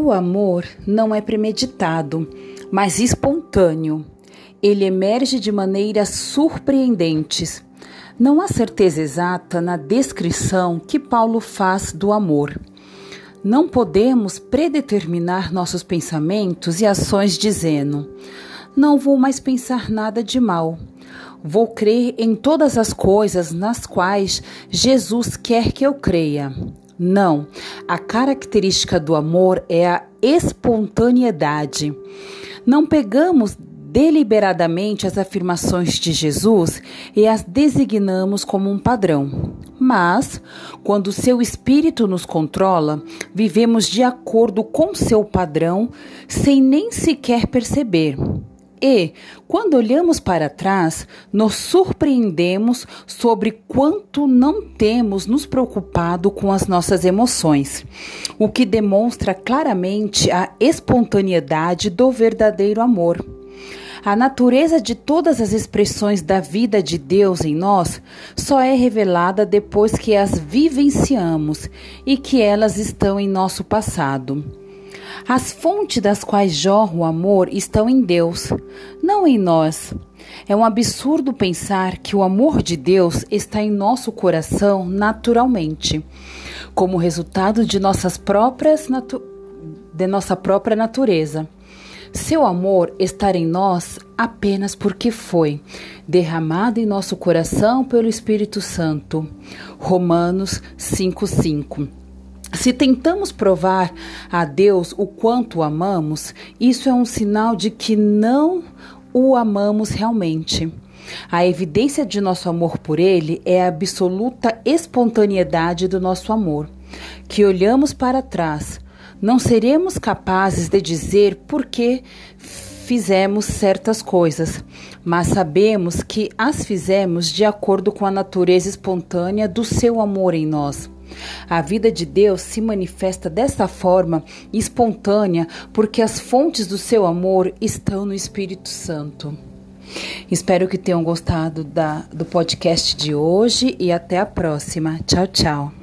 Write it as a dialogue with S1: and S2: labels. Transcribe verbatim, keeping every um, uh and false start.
S1: O amor não é premeditado, mas espontâneo. Ele emerge de maneiras surpreendentes. Não há certeza exata na descrição que Paulo faz do amor. Não podemos predeterminar nossos pensamentos e ações dizendo: não vou mais pensar nada de mal. Vou crer em todas as coisas nas quais Jesus quer que eu creia. Não, a característica do amor é a espontaneidade. Não pegamos deliberadamente as afirmações de Jesus e as designamos como um padrão. Mas, quando seu Espírito nos controla, vivemos de acordo com seu padrão sem nem sequer perceber. E, quando olhamos para trás, nos surpreendemos sobre quanto não temos nos preocupado com as nossas emoções, o que demonstra claramente a espontaneidade do verdadeiro amor. A natureza de todas as expressões da vida de Deus em nós só é revelada depois que as vivenciamos e que elas estão em nosso passado. As fontes das quais jorra o amor estão em Deus, não em nós. É um absurdo pensar que o amor de Deus está em nosso coração naturalmente, como resultado de, nossas próprias natu- de nossa própria natureza. Seu amor está em nós apenas porque foi derramado em nosso coração pelo Espírito Santo. Romanos cinco, cinco. Se tentamos provar a Deus o quanto o amamos, isso é um sinal de que não o amamos realmente. A evidência de nosso amor por Ele é a absoluta espontaneidade do nosso amor, que olhamos para trás. Não seremos capazes de dizer por que fizemos certas coisas, mas sabemos que as fizemos de acordo com a natureza espontânea do seu amor em nós. A vida de Deus se manifesta dessa forma espontânea porque as fontes do seu amor estão no Espírito Santo. Espero que tenham gostado da, do podcast de hoje e até a próxima. Tchau, tchau.